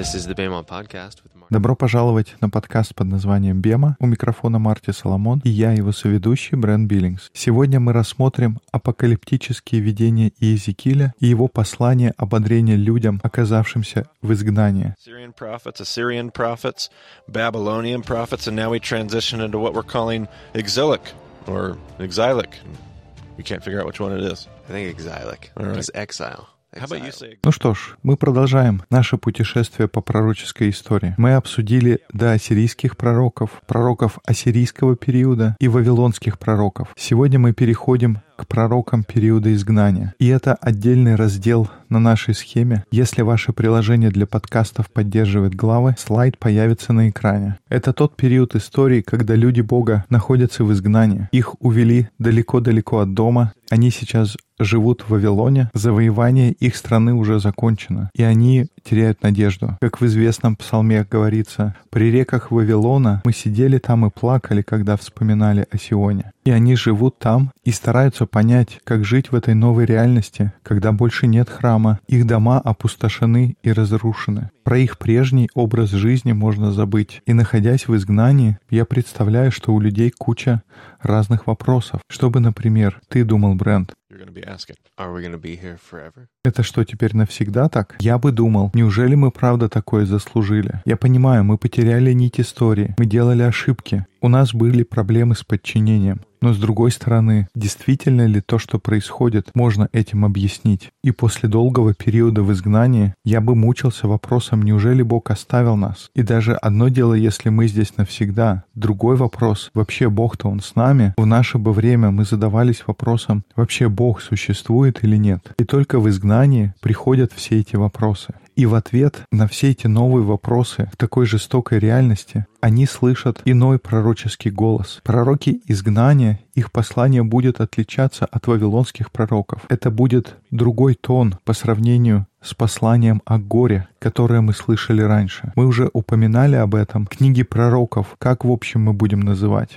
This is the Bema Podcast with Mark. Добро пожаловать на подкаст под названием «Бема». У микрофона Марти Соломон и я, его соведущий, Брент Биллингс. Сегодня мы рассмотрим апокалиптические видения Иезекииля и его послание ободрения людям, оказавшимся в изгнании. Syrian prophets, Assyrian prophets, Babylonian prophets, and now we transition into what we're calling exilic or exilic. We can't figure out which one it is. I think exilic. All right. It's exile. How about you say? Ну что ж, мы продолжаем наше путешествие по пророческой истории. Мы обсудили доассирийских пророков, пророков ассирийского периода и вавилонских пророков. Сегодня мы переходим к пророкам периода изгнания. И это отдельный раздел на нашей схеме. Если ваше приложение для подкастов поддерживает главы, слайд появится на экране. Это тот период истории, когда люди Бога находятся в изгнании. Их увели далеко-далеко от дома. Они сейчас живут в Вавилоне. Завоевание их страны уже закончено. И они теряют надежду. Как в известном псалме говорится, «При реках Вавилона мы сидели там и плакали, когда вспоминали о Сионе». И они живут там и стараются понять, как жить в этой новой реальности, когда больше нет храма, их дома опустошены и разрушены. Про их прежний образ жизни можно забыть. И находясь в изгнании, я представляю, что у людей куча разных вопросов. Что бы, например, ты думал, Брент? You're going to be asking. Are we going to be here forever? Это что, теперь навсегда так? Я бы думал, неужели мы правда такое заслужили? Я понимаю, мы потеряли нить истории, мы делали ошибки, у нас были проблемы с подчинением. Но с другой стороны, действительно ли то, что происходит, можно этим объяснить? И после долгого периода в изгнании я бы мучился вопросом, неужели Бог оставил нас? И даже одно дело, если мы здесь навсегда. Другой вопрос, вообще Бог-то Он с нами? В наше бы время мы задавались вопросом, вообще Бог существует или нет? И только в изгнании приходят все эти вопросы. И в ответ на все эти новые вопросы в такой жестокой реальности они слышат иной пророческий голос. Пророки изгнания, их послание будет отличаться от вавилонских пророков. Это будет другой тон по сравнению с посланием о горе, которое мы слышали раньше. Мы уже упоминали об этом. Книги пророков, как в общем мы будем называть?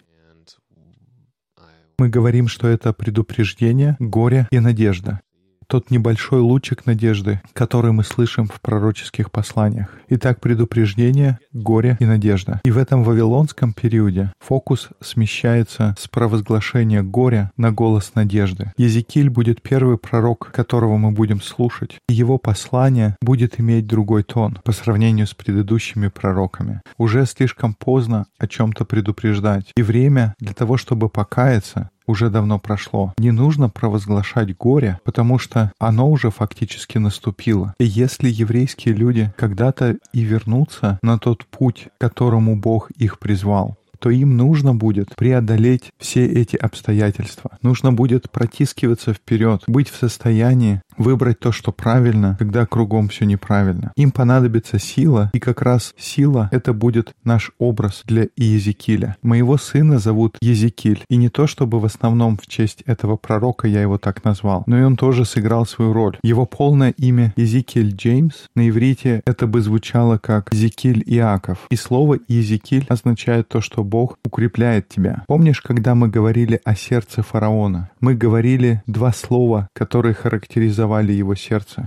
Мы говорим, что это предупреждение, горе и надежда. Тот небольшой лучик надежды, который мы слышим в пророческих посланиях. Итак, предупреждение, горе и надежда. И в этом вавилонском периоде фокус смещается с провозглашения горя на голос надежды. Иезекииль будет первый пророк, которого мы будем слушать, и его послание будет иметь другой тон по сравнению с предыдущими пророками. Уже слишком поздно о чем-то предупреждать, и время для того, чтобы покаяться, уже давно прошло. Не нужно провозглашать горе, потому что оно уже фактически наступило. И если еврейские люди когда-то и вернутся на тот путь, к которому Бог их призвал, то им нужно будет преодолеть все эти обстоятельства. Нужно будет протискиваться вперед, быть в состоянии выбрать то, что правильно, когда кругом все неправильно. Им понадобится сила, и как раз сила — это будет наш образ для Иезекииля. Моего сына зовут Иезекииль, и не то чтобы в основном в честь этого пророка я его так назвал, но и он тоже сыграл свою роль. Его полное имя Иезекииль Джеймс, на иврите это бы звучало как Иезекииль Иаков. И слово Иезекииль означает то, что Бог укрепляет тебя. Помнишь, когда мы говорили о сердце фараона? Мы говорили два слова, которые характеризовали его сердце.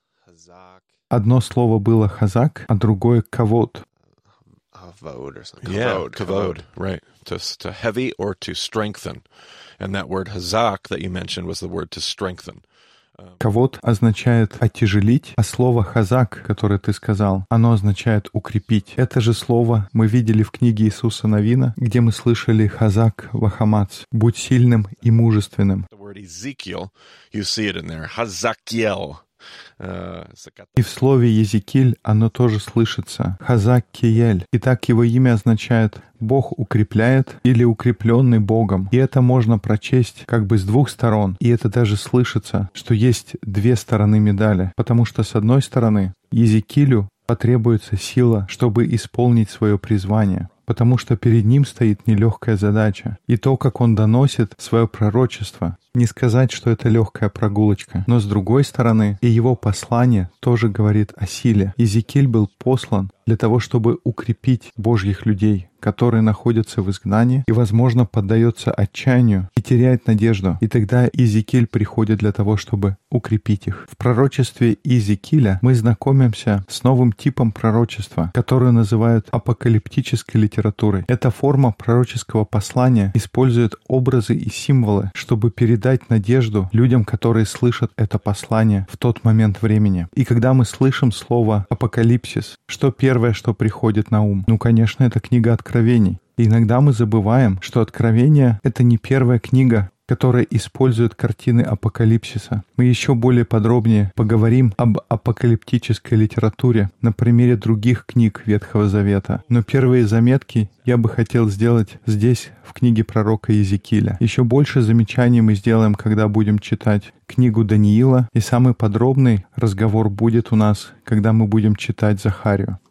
Одно слово было «хазак», а другое «кавод». Kavod or something. Yeah, kavod, right. To heavy or to strengthen. And that word hazak that you mentioned was the word to strengthen. Кавод означает «отяжелить», а слово «хазак», которое ты сказал, оно означает «укрепить». Это же слово мы видели в книге Иисуса Навина, где мы слышали «хазак вахамац» — «будь сильным и мужественным». The word Ezekiel, you see it in there. Hazakiel. И в слове «Иезекииль» оно тоже слышится «хазак киель». Итак, его имя означает «Бог укрепляет» или «укрепленный Богом». И это можно прочесть как бы с двух сторон. И это даже слышится, что есть две стороны медали. Потому что с одной стороны Иезекиилю потребуется сила, чтобы исполнить свое призвание. Потому что перед ним стоит нелегкая задача. И то, как он доносит свое пророчество, не сказать, что это легкая прогулочка. Но с другой стороны, и его послание тоже говорит о силе. Иезекииль был послан для того, чтобы укрепить Божьих людей, которые находятся в изгнании и, возможно, поддаются отчаянию и теряют надежду. И тогда Иезекииль приходит для того, чтобы укрепить их. В пророчестве Иезекииля мы знакомимся с новым типом пророчества, которое называют апокалиптической литературой. Эта форма пророческого послания использует образы и символы, чтобы передать надежду людям, которые слышат это послание в тот момент времени. И когда мы слышим слово «апокалипсис», что первое, что приходит на ум? Ну, конечно, это книга Откровений. И иногда мы забываем, что Откровение — это не первая книга, которая использует картины апокалипсиса. Мы еще более подробнее поговорим об апокалиптической литературе на примере других книг Ветхого Завета. Но первые заметки я бы хотел сделать здесь, в книге пророка Иезекииля. Еще больше замечаний мы сделаем, когда будем читать книгу Даниила, и самый подробный разговор будет у нас, когда мы будем читать Захарию.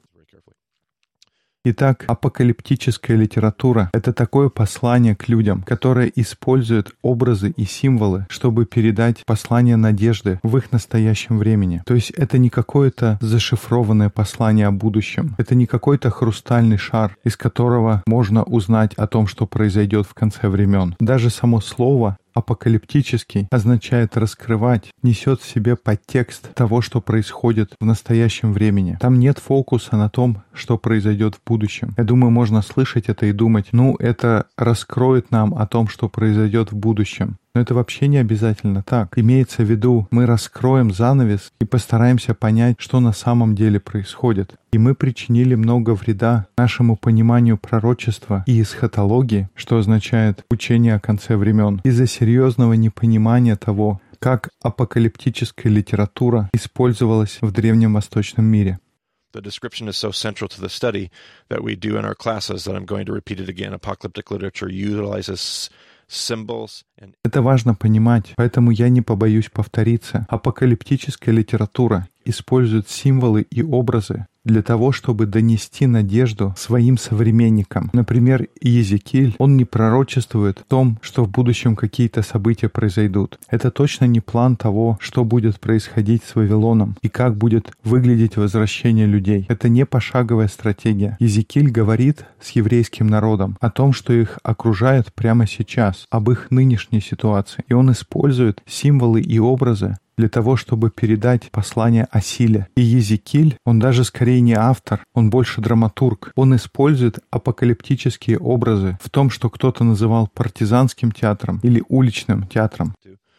Итак, апокалиптическая литература — это такое послание к людям, которое использует образы и символы, чтобы передать послание надежды в их настоящем времени. То есть это не какое-то зашифрованное послание о будущем, это не какой-то хрустальный шар, из которого можно узнать о том, что произойдет в конце времен. Даже само слово апокалиптический означает раскрывать, несет в себе подтекст того, что происходит в настоящем времени. Там нет фокуса на том, что произойдет в будущем. Я думаю, можно слышать это и думать, это раскроет нам о том, что произойдет в будущем. Но это вообще не обязательно так. Имеется в виду, мы раскроем занавес и постараемся понять, что на самом деле происходит. И мы причинили много вреда нашему пониманию пророчества и эсхатологии, что означает учение о конце времен, из-за серьезного непонимания того, как апокалиптическая литература использовалась в Древнем Восточном мире. The description is so central to the study that we do in our classes that I'm going to repeat it again. Apocalyptic literature utilizes symbols and... Это важно понимать, поэтому я не побоюсь повториться. Апокалиптическая литература использует символы и образы для того, чтобы донести надежду своим современникам. Например, Иезекииль, он не пророчествует о том, что в будущем какие-то события произойдут. Это точно не план того, что будет происходить с Вавилоном и как будет выглядеть возвращение людей. Это не пошаговая стратегия. Иезекииль говорит с еврейским народом о том, что их окружает прямо сейчас, об их нынешней ситуации. И он использует символы и образы для того, чтобы передать послание о силе. И Иезекииль, он даже скорее не автор, он больше драматург. Он использует апокалиптические образы в том, что кто-то называл партизанским театром или уличным театром.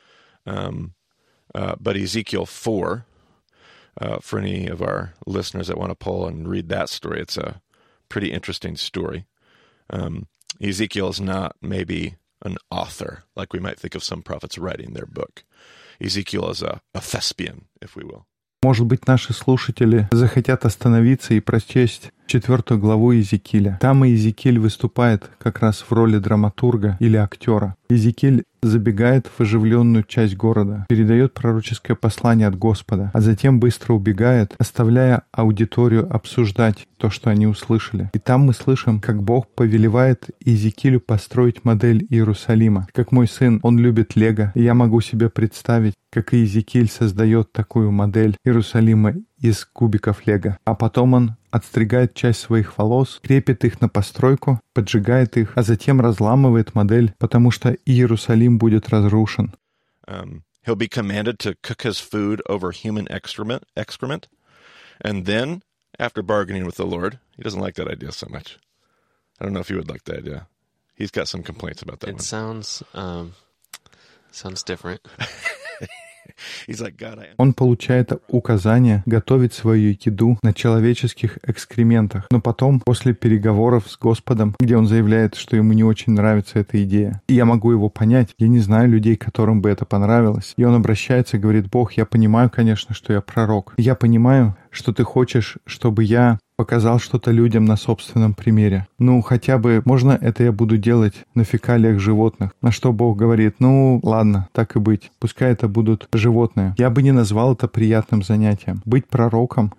But Ezekiel 4, for any of our listeners that want to pull and read that story, it's a pretty interesting story. Ezekiel is not maybe an author, like we might think of some prophets writing their book. Ezekiel is a thespian, if we will. Может быть, наши слушатели захотят остановиться и прочесть 4 главу Иезекииля. Там Иезекииль выступает как раз в роли драматурга или актера. Иезекииль забегает в оживленную часть города, передает пророческое послание от Господа, а затем быстро убегает, оставляя аудиторию обсуждать то, что они услышали. И там мы слышим, как Бог повелевает Иезекиилю построить модель Иерусалима. Как мой сын, он любит лего, и я могу себе представить, как Иезекииль создает такую модель Иерусалима из кубиков лего. А потом он отстригает часть своих волос, крепит их на постройку, поджигает их, а затем разламывает модель, потому что Иерусалим будет разрушен. He'll be commanded to cook his food over human excrement, and then, after bargaining with the Lord, he doesn't like that idea so much. I don't know if you would like that idea. He's got some complaints about that one. It sounds different. Он получает указание готовить свою еду на человеческих экскрементах. Но потом, после переговоров с Господом, где он заявляет, что ему не очень нравится эта идея, и я могу его понять, я не знаю людей, которым бы это понравилось. И он обращается и говорит: Бог, я понимаю, конечно, что я пророк. Я понимаю, что ты хочешь, чтобы я показал что-то людям на собственном примере. Хотя бы, можно это я буду делать на фекалиях животных? На что Бог говорит: ладно, так и быть. Пускай это будут животные. Я бы не назвал это приятным занятием. Быть пророком —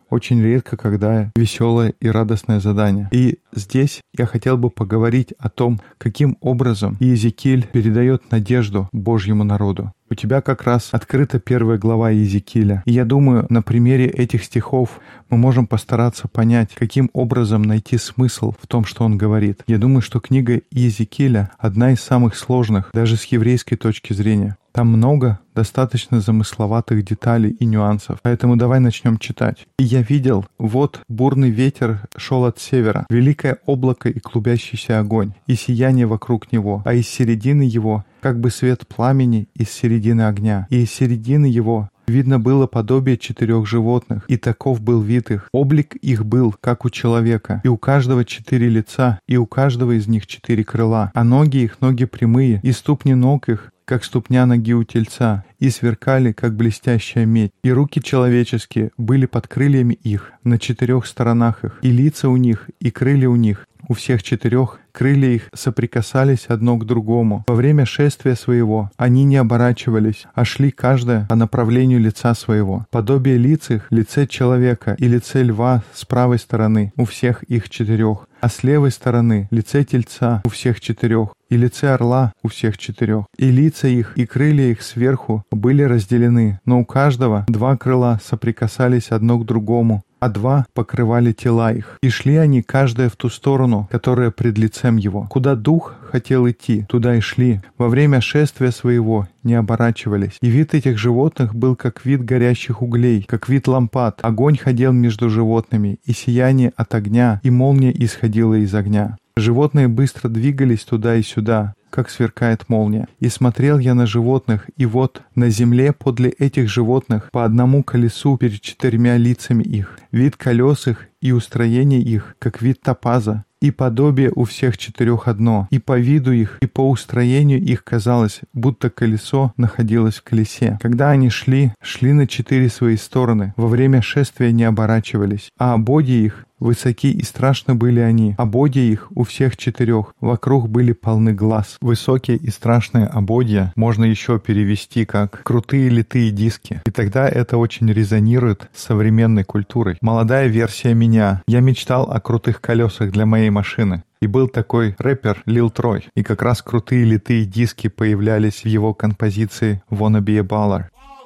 Очень редко, когда веселое и радостное задание. И здесь я хотел бы поговорить о том, каким образом Иезекииль передает надежду Божьему народу. У тебя как раз открыта 1 глава Иезекииля. И я думаю, на примере этих стихов мы можем постараться понять, каким образом найти смысл в том, что он говорит. Я думаю, что книга Иезекииля одна из самых сложных, даже с еврейской точки зрения. Там много достаточно замысловатых деталей и нюансов. Поэтому давай начнем читать. «И я видел, вот бурный ветер шел от севера, великое облако и клубящийся огонь, и сияние вокруг него, а из середины его как бы свет пламени из середины огня, и из середины его видно было подобие 4 животных, и таков был вид их. Облик их был, как у человека, и у каждого 4 лица, и у каждого из них 4 крыла, а ноги их ноги прямые, и ступни ног их как ступня ноги у тельца, и сверкали, как блестящая медь. И руки человеческие были под крыльями их, на 4 сторонах их, и лица у них, и крылья у них. У всех 4 крылья их соприкасались одно к другому. Во время шествия своего они не оборачивались, а шли каждое по направлению лица своего. Подобие лиц их — лице человека и лице льва с правой стороны, у всех их 4, а с левой стороны — лице тельца у всех 4, и лице орла у всех 4. И лица их, и крылья их сверху были разделены, но у каждого 2 крыла соприкасались одно к другому, а 2 покрывали тела их. И шли они, каждая в ту сторону, которая пред лицем его. Куда дух хотел идти, туда и шли. Во время шествия своего не оборачивались. И вид этих животных был как вид горящих углей, как вид лампад. Огонь ходил между животными, и сияние от огня, и молния исходила из огня. Животные быстро двигались туда и сюда, как сверкает молния. И смотрел я на животных, и вот на земле подле этих животных по одному колесу перед 4 лицами их. Вид колес их и устроение их, как вид топаза, и подобие у всех 4 одно, и по виду их, и по устроению их казалось, будто колесо находилось в колесе. Когда они шли на 4 свои стороны, во время шествия не оборачивались, а ободья их высоки и страшно были они. Ободья их у всех 4 вокруг были полны глаз. Высокие и страшные ободья можно еще перевести как крутые литые диски. И тогда это очень резонирует с современной культурой. Молодая версия меня. Я мечтал о крутых колесах для моей машины. И был такой рэпер Lil Troy. И как раз крутые литые диски появлялись в его композиции «Wanna be a baller».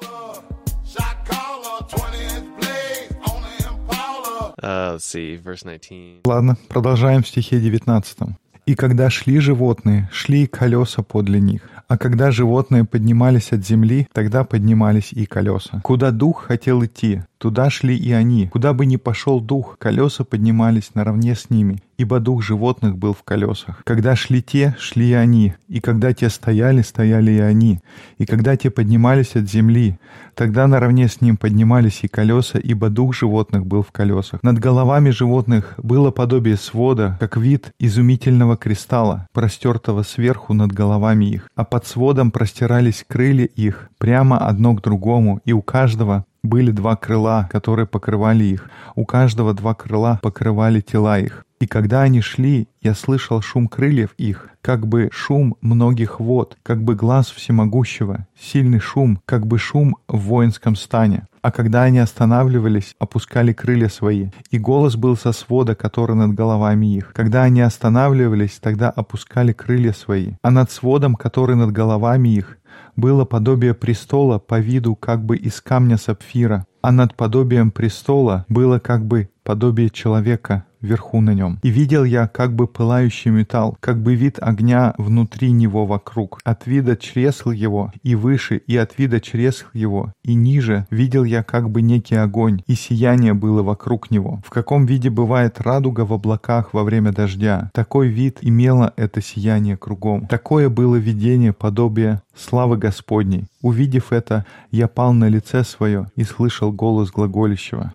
Let's see, verse 19. Ладно, продолжаем в стихе 19. «И когда шли животные, шли и колеса подле них. А когда животные поднимались от земли, тогда поднимались и колеса. Куда дух хотел идти, туда шли и они. Куда бы ни пошел дух, колеса поднимались наравне с ними, ибо дух животных был в колесах. Когда шли те, шли и они. И когда те стояли, стояли и они. И когда те поднимались от земли, тогда наравне с ним поднимались и колеса, ибо дух животных был в колесах. Над головами животных было подобие свода, как вид изумительного кристалла, простертого сверху над головами их. А под сводом простирались крылья их прямо одно к другому, и у каждого были 2 крыла, которые покрывали их. У каждого 2 крыла покрывали тела их. И когда они шли, я слышал шум крыльев их, как бы шум многих вод, как бы глаз всемогущего, сильный шум, как бы шум в воинском стане. А когда они останавливались, опускали крылья свои, и голос был со свода, который над головами их. Когда они останавливались, тогда опускали крылья свои. А над сводом, который над головами их, было подобие престола по виду как бы из камня сапфира, а над подобием престола было как бы подобие человека вверху на нем. И видел я как бы пылающий металл, как бы вид огня внутри него вокруг. От вида чресл его и выше, и от вида чресл его и ниже видел я как бы некий огонь, и сияние было вокруг него. В каком виде бывает радуга в облаках во время дождя, такой вид имело это сияние кругом. Такое было видение подобие славы Господней. Увидев это, я пал на лице свое и слышал голос глаголящего.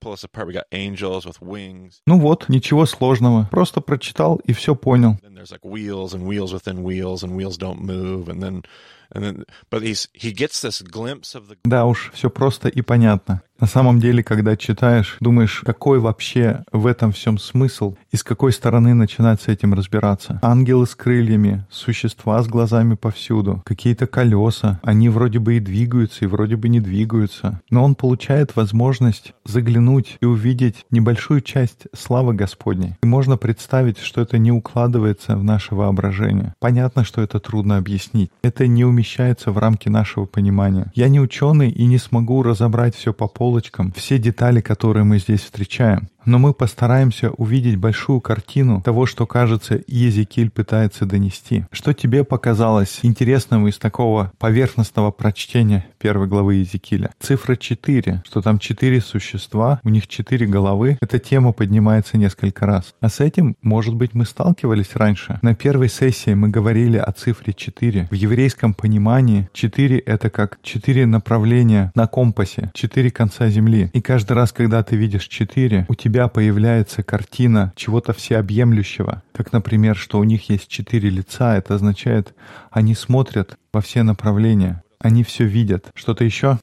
Ну вот, ничего сложного. Просто прочитал и все понял. Да уж, все просто и понятно. На самом деле, когда читаешь, думаешь, какой вообще в этом всем смысл и с какой стороны начинать с этим разбираться. Ангелы с крыльями, существа с глазами повсюду, какие-то колеса, они вроде бы и двигаются, и вроде бы не двигаются. Но он получает возможность заглянуть и увидеть небольшую часть славы Господней. И можно представить, что это не укладывается в наше воображение. Понятно, что это трудно объяснить. Это не умещается в рамки нашего понимания. Я не ученый и не смогу разобрать все по полочкам, все детали, которые мы здесь встречаем. Но мы постараемся увидеть большую картину того, что, кажется, Иезекииль пытается донести. Что тебе показалось интересным из такого поверхностного прочтения первой главы Иезекииля? Цифра 4, что там 4 существа, у них 4 головы. Эта тема поднимается несколько раз. А с этим, может быть, мы сталкивались раньше. На первой сессии мы говорили о цифре 4. В еврейском понимании 4 — это как 4 направления на компасе, 4 конца земли. И каждый раз, когда ты видишь 4, у тебя появляется картина чего-то всеобъемлющего. Как, например, что у них есть 4 лица. Это означает, они смотрят во все направления. Они все видят. Что-то еще?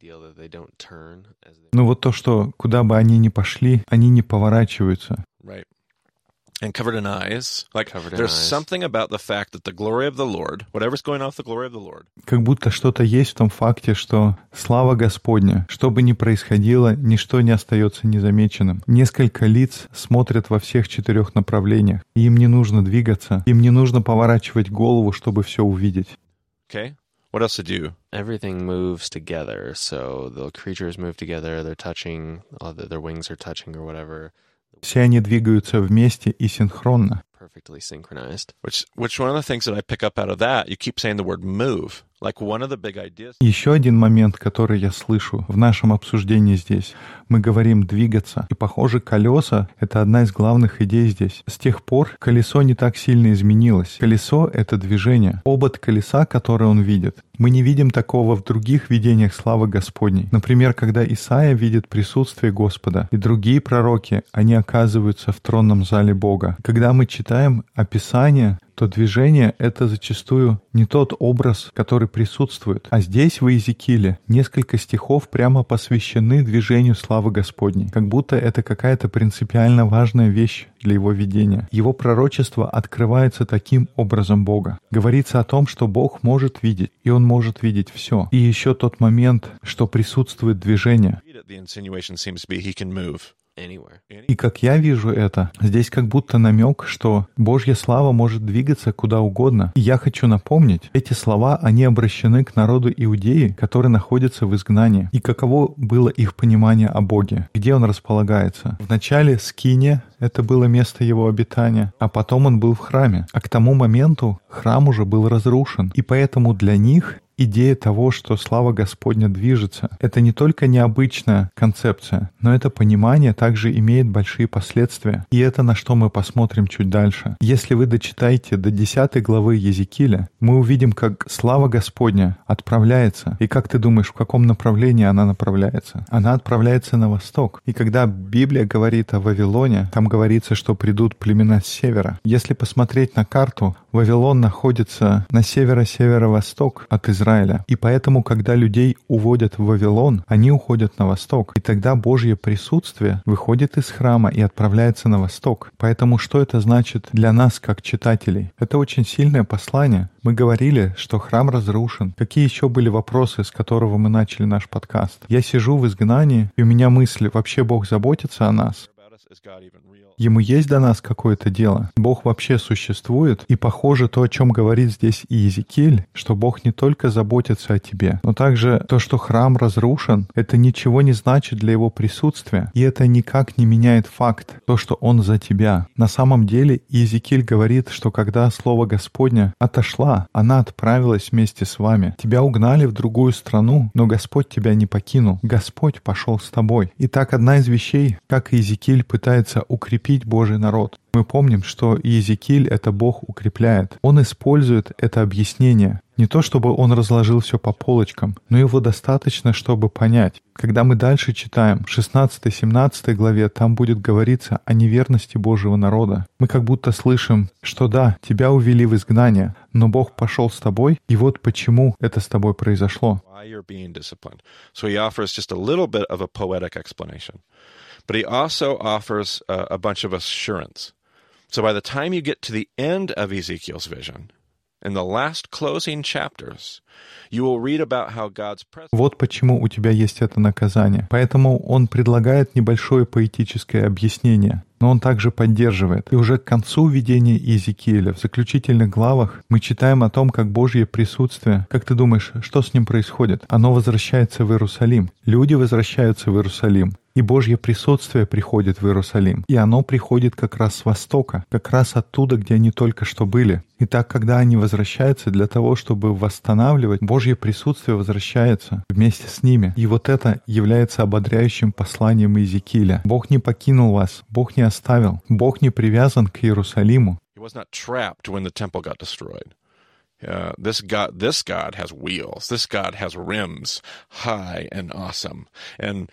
Ну вот то, что куда бы они ни пошли, они не поворачиваются. And covered in eyes. Like, there's something about the fact that the glory of the Lord, whatever's going on with the glory of the Lord. Как будто что-то есть в том факте, что слава Господня, что бы ни происходило, ничто не остается незамеченным. Несколько лиц смотрят во всех 4 направлениях. Им не нужно двигаться, им не нужно поворачивать голову, чтобы все увидеть. Okay. What else did you? Everything moves together. So the creatures move together, they're touching, their wings are touching or whatever. Все они двигаются вместе и синхронно. Perfectly synchronized. Which one of the things that I pick up out of that, you keep saying the word move. Like one of the big ideas. Еще один момент, который я слышу в нашем обсуждении здесь. Мы говорим «двигаться». И, похоже, колеса — это одна из главных идей здесь. С тех пор колесо не так сильно изменилось. Колесо — это движение. Обод колеса, который он видит. Мы не видим такого в других видениях славы Господней. Например, когда Исаия видит присутствие Господа, и другие пророки, они оказываются в тронном зале Бога. Когда мы читаем описание, то движение — это зачастую не тот образ, который присутствует. А здесь, в Иезекииле, несколько стихов прямо посвящены движению славы Господней, как будто это какая-то принципиально важная вещь для его видения. Его пророчество открывается таким образом Бога. Говорится о том, что Бог может видеть, и Он может видеть все. И еще тот момент, что присутствует движение. И как я вижу это, здесь как будто намек, что Божья слава может двигаться куда угодно. И я хочу напомнить, эти слова, они обращены к народу Иудеи, который находится в изгнании. И каково было их понимание о Боге? Где он располагается? Вначале скиния — это было место его обитания, а потом он был в храме. А к тому моменту храм уже был разрушен. И поэтому для них идея того, что слава Господня движется, это не только необычная концепция, но это понимание также имеет большие последствия. И это на что мы посмотрим чуть дальше. Если вы дочитаете до 10 главы Иезекииля, мы увидим, как слава Господня отправляется. И как ты думаешь, в каком направлении она направляется? Она отправляется на восток. И когда Библия говорит о Вавилоне, там говорится, что придут племена с севера. Если посмотреть на карту, Вавилон находится на северо-северо-восток от Израиля. И поэтому, когда людей уводят в Вавилон, они уходят на восток. И тогда Божье присутствие выходит из храма и отправляется на восток. Поэтому что это значит для нас, как читателей? Это очень сильное послание. Мы говорили, что храм разрушен. Какие еще были вопросы, с которого мы начали наш подкаст? Я сижу в изгнании, и у меня мысли, вообще Бог заботится о нас? Ему есть до нас какое-то дело? Бог вообще существует? И похоже то, о чем говорит здесь Иезекииль, что Бог не только заботится о тебе, но также то, что храм разрушен, это ничего не значит для его присутствия. И это никак не меняет факт, то, что он за тебя. На самом деле Иезекииль говорит, что когда Слово Господня отошла, она отправилась вместе с вами. Тебя угнали в другую страну, но Господь тебя не покинул. Господь пошел с тобой. Итак, одна из вещей, как Иезекииль пытается укрепить укрепить Божий народ. Мы помним, что Иезекииль — это Бог укрепляет. Он использует это объяснение. Не то, чтобы он разложил все по полочкам, но его достаточно, чтобы понять. Когда мы дальше читаем, в 16-17 главе, там будет говориться о неверности Божьего народа. Мы как будто слышим, что да, тебя увели в изгнание, но Бог пошел с тобой, и вот почему это с тобой произошло. So he offers just a little bit of a poetic explanation. But he also offers a bunch of assurance. So by the time you get to the end of Ezekiel's vision, in the last closing chapters, you will read about how God's presence... Вот почему у тебя есть это наказание. Поэтому он предлагает небольшое поэтическое объяснение, но он также поддерживает. И уже к концу видения Иезекииля, в заключительных главах, мы читаем о том, как Божье присутствие, как ты думаешь, что с ним происходит? Оно возвращается в Иерусалим. Люди возвращаются в Иерусалим. И Божье присутствие приходит в Иерусалим. И оно приходит как раз с востока, как раз оттуда, где они только что были. Итак, когда они возвращаются для того, чтобы восстанавливать, Божье присутствие возвращается вместе с ними. И вот это является ободряющим посланием Иезекииля. Бог не покинул вас, Бог не оставил, Бог не привязан к Иерусалиму. This God has wheels. This God has rims, high and awesome, and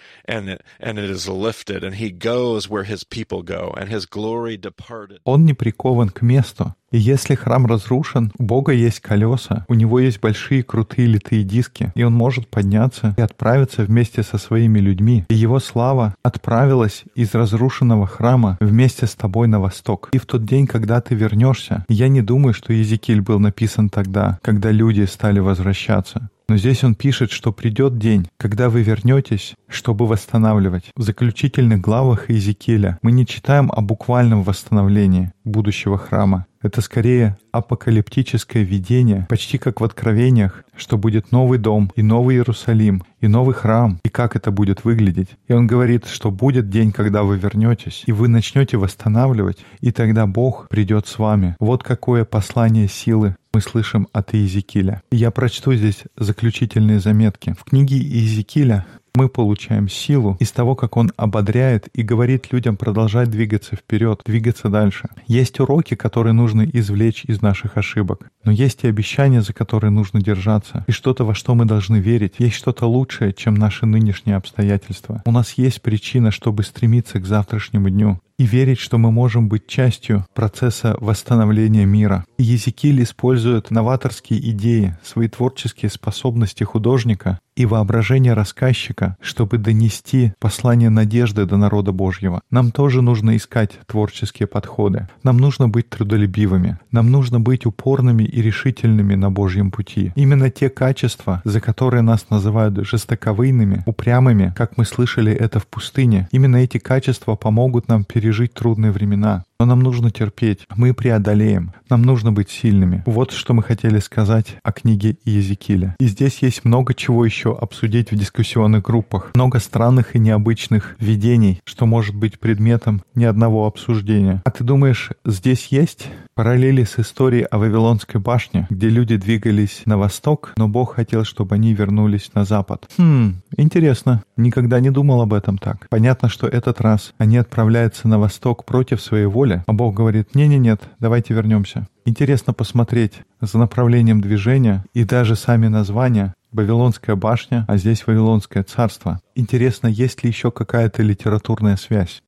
it is lifted, and He goes where His people go, and His glory departed. Он не прикован к месту. И если храм разрушен, у Бога есть колеса, у Него есть большие крутые литые диски, и Он может подняться и отправиться вместе со своими людьми. И Его слава отправилась из разрушенного храма вместе с тобой на восток. И в тот день, когда ты вернешься, я не думаю, что Иезекииль был написан тогда, когда люди стали возвращаться. Но здесь он пишет, что придет день, когда вы вернетесь, чтобы восстанавливать. В заключительных главах Иезекииля мы не читаем о буквальном восстановлении будущего храма. Это скорее апокалиптическое видение, почти как в Откровениях, что будет новый дом, и новый Иерусалим, и новый храм, и как это будет выглядеть. И он говорит, что будет день, когда вы вернетесь, и вы начнете восстанавливать, и тогда Бог придет с вами. Вот какое послание силы мы слышим от Иезекииля. Я прочту здесь заключительные заметки. В книге Иезекииля мы получаем силу из того, как он ободряет и говорит людям продолжать двигаться вперед, двигаться дальше. Есть уроки, которые нужно извлечь из наших ошибок, но есть и обещания, за которые нужно держаться, и что-то, во что мы должны верить. Есть что-то лучшее, чем наши нынешние обстоятельства. У нас есть причина, чтобы стремиться к завтрашнему дню и верить, что мы можем быть частью процесса восстановления мира. Иезекииль использует новаторские идеи, свои творческие способности художника и воображение рассказчика, чтобы донести послание надежды до народа Божьего. Нам тоже нужно искать творческие подходы. Нам нужно быть трудолюбивыми. Нам нужно быть упорными и решительными на Божьем пути. Именно те качества, за которые нас называют жестоковыйными, упрямыми, как мы слышали это в пустыне, именно эти качества помогут нам пережить трудные времена. Но нам нужно терпеть, мы преодолеем, нам нужно быть сильными. Вот что мы хотели сказать о книге Иезекииля. И здесь есть много чего еще обсудить в дискуссионных группах. Много странных и необычных видений, что может быть предметом ни одного обсуждения. А ты думаешь, здесь есть параллели с историей о Вавилонской башне, где люди двигались на восток, но Бог хотел, чтобы они вернулись на запад? Интересно. Никогда не думал об этом так. Понятно, что этот раз они отправляются на восток против своей воли, а Бог говорит: нет, давайте вернемся. Интересно посмотреть за направлением движения и даже сами названия. Вавилонская башня, а здесь Вавилонское царство. Интересно, есть ли еще какая-то литературная связь?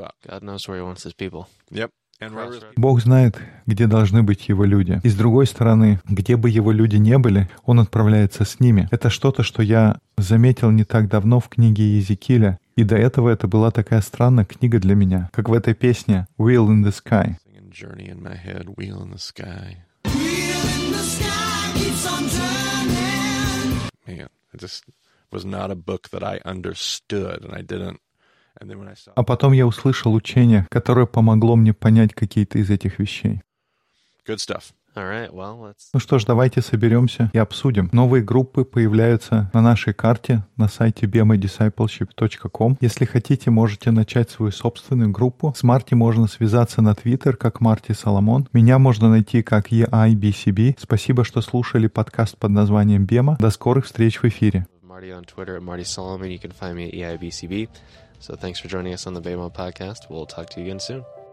Бог знает, где должны быть Его люди. И с другой стороны, где бы Его люди не были, Он отправляется с ними. Это что-то, что я заметил не так давно в книге Иезекииля. И до этого это была такая странная книга для меня, как в этой песне «Wheel in the Sky». А потом я услышал учение, которое помогло мне понять какие-то из этих вещей. Ну что ж, давайте соберемся и обсудим. Новые группы появляются на нашей карте на сайте bemadiscipleship.com. Если хотите, можете начать свою собственную группу. С Марти можно связаться на Twitter, как Марти Соломон. Меня можно найти как EIBCB. Спасибо, что слушали подкаст под названием Бема. До скорых встреч в эфире. Marty on Twitter at Marty Solomon. You can find me at EIBCB. So thanks for joining us on the Bema podcast. We'll talk to you again soon.